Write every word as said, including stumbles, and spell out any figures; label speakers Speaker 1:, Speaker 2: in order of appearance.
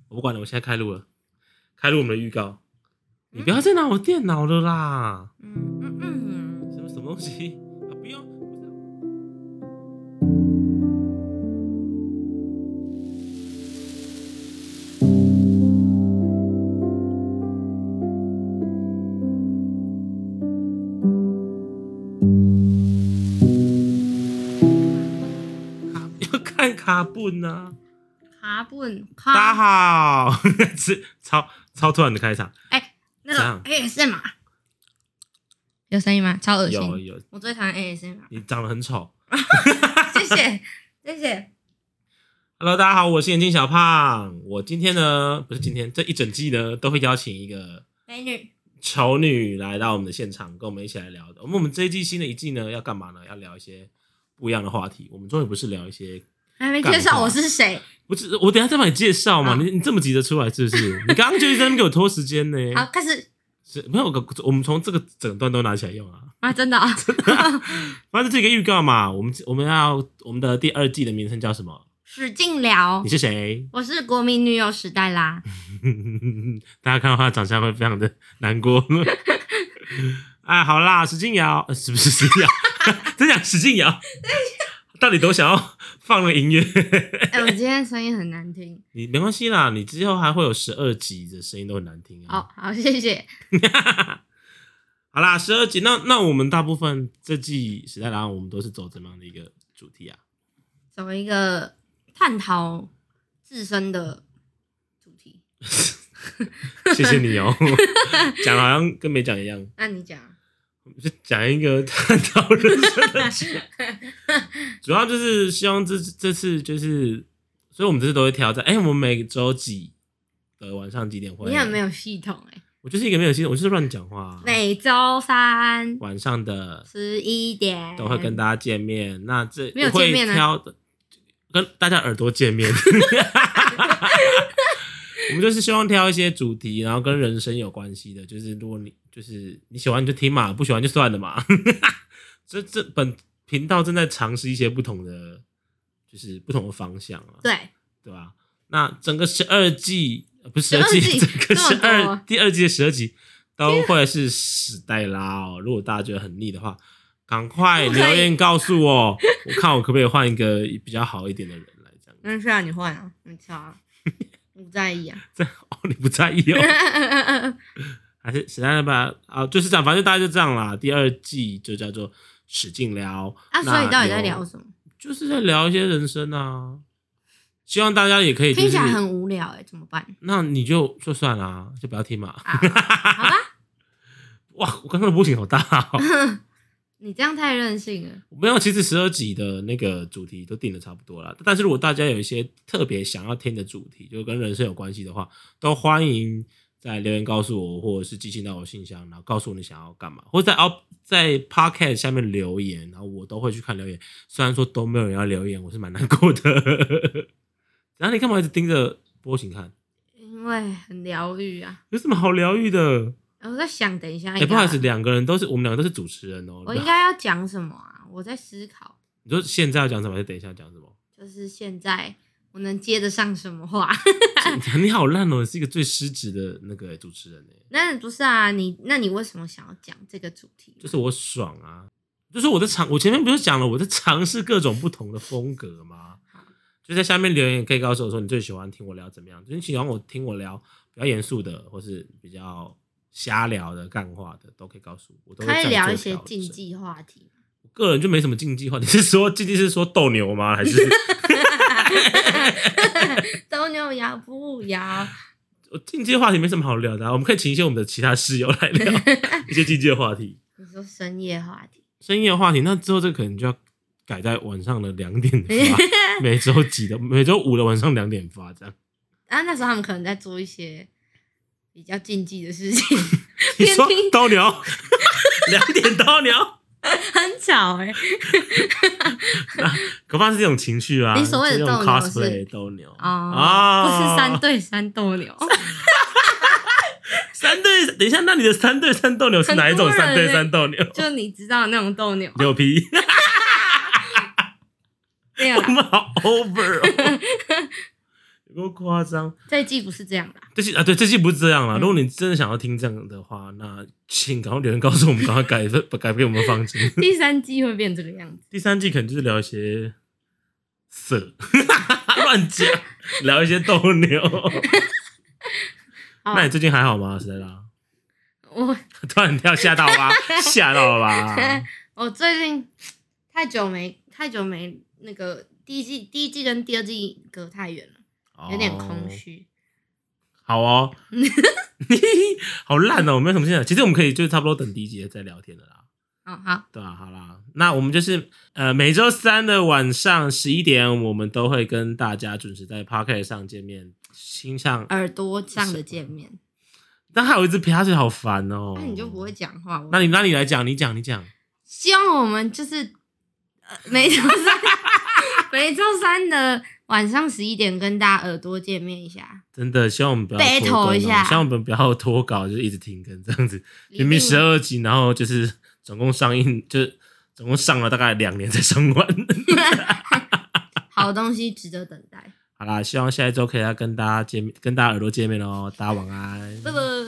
Speaker 1: 我不管了，我现在开录了，开录我们的预告。你不要再拿我电脑了啦！
Speaker 2: 嗯嗯嗯，
Speaker 1: 什么什么东西啊？不用。要看卡本啊！
Speaker 2: 卡本，
Speaker 1: 大家好，是超超突然的开场。
Speaker 2: 哎、欸，那种 A S M R 有声音吗？超恶心。
Speaker 1: 有有，
Speaker 2: 我最讨厌 A S M R。
Speaker 1: 你长得很丑。
Speaker 2: 谢谢谢谢。
Speaker 1: Hello， 大家好，我是眼镜小胖。我今天呢，不是今天，这一整季呢，都会邀请一个
Speaker 2: 美女、
Speaker 1: 丑女来到我们的现场，跟我们一起来聊的。我们我们这一季新的一季呢，要干嘛呢？要聊一些不一样的话题。我们终于不是聊一些。
Speaker 2: 还没介绍我是谁？
Speaker 1: 不是，我等一下再帮你介绍嘛。你你这么急着出来是不是？你刚刚就一直在那边给我拖时间呢。
Speaker 2: 好，开始。
Speaker 1: 是没有，我们从这个整段都拿起来用啊。
Speaker 2: 啊，真的啊，
Speaker 1: 真的、啊。反正这个预告嘛，我们我们要我们的第二季的名称叫什么？
Speaker 2: 使劲聊。
Speaker 1: 你是谁？
Speaker 2: 我是国民女友史黛拉。
Speaker 1: 大家看到她的长相会非常的难过。哎，好啦，史劲瑶、呃，是不是史劲瑶？在讲史劲瑶。到底多想要放了音乐？
Speaker 2: 哎、欸，我今天声音很难听。
Speaker 1: 你没关系啦，你之后还会有十二集的声音都很难听啊。
Speaker 2: 好好，谢谢。
Speaker 1: 好啦，十二集，那那我们大部分这季时代栏，我们都是走怎么样的一个主题啊？
Speaker 2: 走一个探讨自身的主题。
Speaker 1: 谢谢你哦，讲好像跟没讲一样。
Speaker 2: 那你讲。
Speaker 1: 就讲一个探讨人生的剧，主要就是希望这这次就是，所以我们这次都会挑在，哎、欸，我们每周几的晚上几点会？
Speaker 2: 你很没有系统哎、欸，
Speaker 1: 我就是一个没有系统，我就是乱讲话、啊。
Speaker 2: 每周三
Speaker 1: 晚上的
Speaker 2: 十一点
Speaker 1: 都会跟大家见面，那这
Speaker 2: 没有见面呢、啊，
Speaker 1: 挑跟大家耳朵见面。我们就是希望挑一些主题，然后跟人生有关系的，就是如果你就是你喜欢就听嘛，不喜欢就算了嘛。这这本频道正在尝试一些不同的，就是不同的方向啊，
Speaker 2: 对
Speaker 1: 对吧？那整个十二季不是十二季，整个十二第二季的十二集都会是史黛拉哦。如果大家觉得很腻的话，赶快留言告诉我，我看我可不可以换一个比较好一点的人来这样。
Speaker 2: 那需要你换啊，你挑啊。不在意啊？
Speaker 1: 这哦，你不在意哦？还是史黛拉吧？啊，就是这样，反正大家就这样啦。第二季就叫做使劲聊
Speaker 2: 啊，所以到底在聊什么？
Speaker 1: 就是在聊一些人生啊。希望大家也可以、就是，
Speaker 2: 听起来很无聊哎、欸，怎么办？
Speaker 1: 那你就就算啦，就不要听嘛。
Speaker 2: 啊、好吧。
Speaker 1: 哇，我刚刚的波形好大哦。
Speaker 2: 你这样太任性了。
Speaker 1: 没有，其实十二集的那个主题都定的差不多了。但是如果大家有一些特别想要听的主题，就跟人生有关系的话，都欢迎在留言告诉我，或者是寄信到我信箱，然后告诉我你想要干嘛，或者在在 Podcast 下面留言，然后我都会去看留言。虽然说都没有人要留言，我是蛮难过的。然后你干嘛一直盯着波形看？
Speaker 2: 因为很疗愈啊。
Speaker 1: 有什么好疗愈的？
Speaker 2: 我在想，等一下，哎、
Speaker 1: 欸，不好意思，两个人都是我们两个都是主持人哦。
Speaker 2: 我应该要讲什么啊？我在思考。
Speaker 1: 你说现在要讲什么，还是等一下讲什么？
Speaker 2: 就是现在我能接得上什么话？
Speaker 1: 你好烂哦，你是一个最失职的那个主持人哎。
Speaker 2: 那不是啊，你那你为什么想要讲这个主题？
Speaker 1: 就是我爽啊，就是我在尝，我前面不是讲了我在尝试各种不同的风格吗？就在下面留言，可以告诉我说你最喜欢听我聊怎么样？就是你喜欢我听我聊比较严肃的，或是比较瞎聊的、干话的，都可以告诉我。我都会
Speaker 2: 可以聊一些竞技话题。
Speaker 1: 我个人就没什么竞技话题，是说竞技是说斗牛吗？还是
Speaker 2: 斗牛摇不摇？
Speaker 1: 我竞技话题没什么好聊的、啊，我们可以请一些我们的其他室友来聊一些竞技的话题。
Speaker 2: 你说深夜话题？
Speaker 1: 深夜话题，那之后这可能就要改在晚上的两点发，每周几的每周五的晚上两点发这样。
Speaker 2: 啊，那时候他们可能在做一些比较竞技的事情。
Speaker 1: 你说斗牛，两点斗牛，
Speaker 2: 很巧哎、欸。
Speaker 1: 可怕是这种情绪啊！
Speaker 2: 你所谓的斗牛
Speaker 1: cosplay 斗牛
Speaker 2: 哦，哦不是三对三斗牛。
Speaker 1: 三对，等一下，那你的三对三斗牛是哪一种三对三斗牛？
Speaker 2: 就你知道那种斗牛，
Speaker 1: 牛皮。
Speaker 2: 没有，
Speaker 1: 我们好 over 哦。 有够夸张。
Speaker 2: 这一季不是这样啦，
Speaker 1: 这季啊，对，这季不是这样啦。
Speaker 2: 嗯、
Speaker 1: 如果你真的想要听这样的话，那请赶快留言告诉我们，赶快改改变我们的方针。
Speaker 2: 第三季会变这个样子。
Speaker 1: 第三季可能就是聊一些色，乱讲，聊一些斗牛。那你最近还好吗，斯拉？
Speaker 2: 我
Speaker 1: 突然跳吓到吧，吓到了吧？
Speaker 2: 我最近太久没太久没那个第一季第一季跟第二季隔太远了，有点空虚。
Speaker 1: 好哦，好烂哦，我没有什么现在。其实我们可以就是差不多等第一集再聊天的啦。
Speaker 2: 哦，好，
Speaker 1: 对啊，好啦，那我们就是呃每周三的晚上十一点，我们都会跟大家准时在 Podcast 上见面，欣赏
Speaker 2: 耳朵上的见面。
Speaker 1: 但还有一只皮卡丘好烦哦。
Speaker 2: 那你就不会讲话？
Speaker 1: 那你那你来讲，你讲你讲。
Speaker 2: 希望我们就是呃每周三每周三的晚上十一点跟大家耳朵见面一下。
Speaker 1: 真的，希望我们不要拖更、
Speaker 2: 哦、一下，
Speaker 1: 希望我们不要拖稿，就是一直停更这样子。明明十二集，然后就是总共上映，就是总共上了大概两年才上完。
Speaker 2: 好东西值得等待。
Speaker 1: 好啦，希望下一周可以要跟大家见面，跟大家耳朵见面哦。大家晚安，
Speaker 2: 拜拜。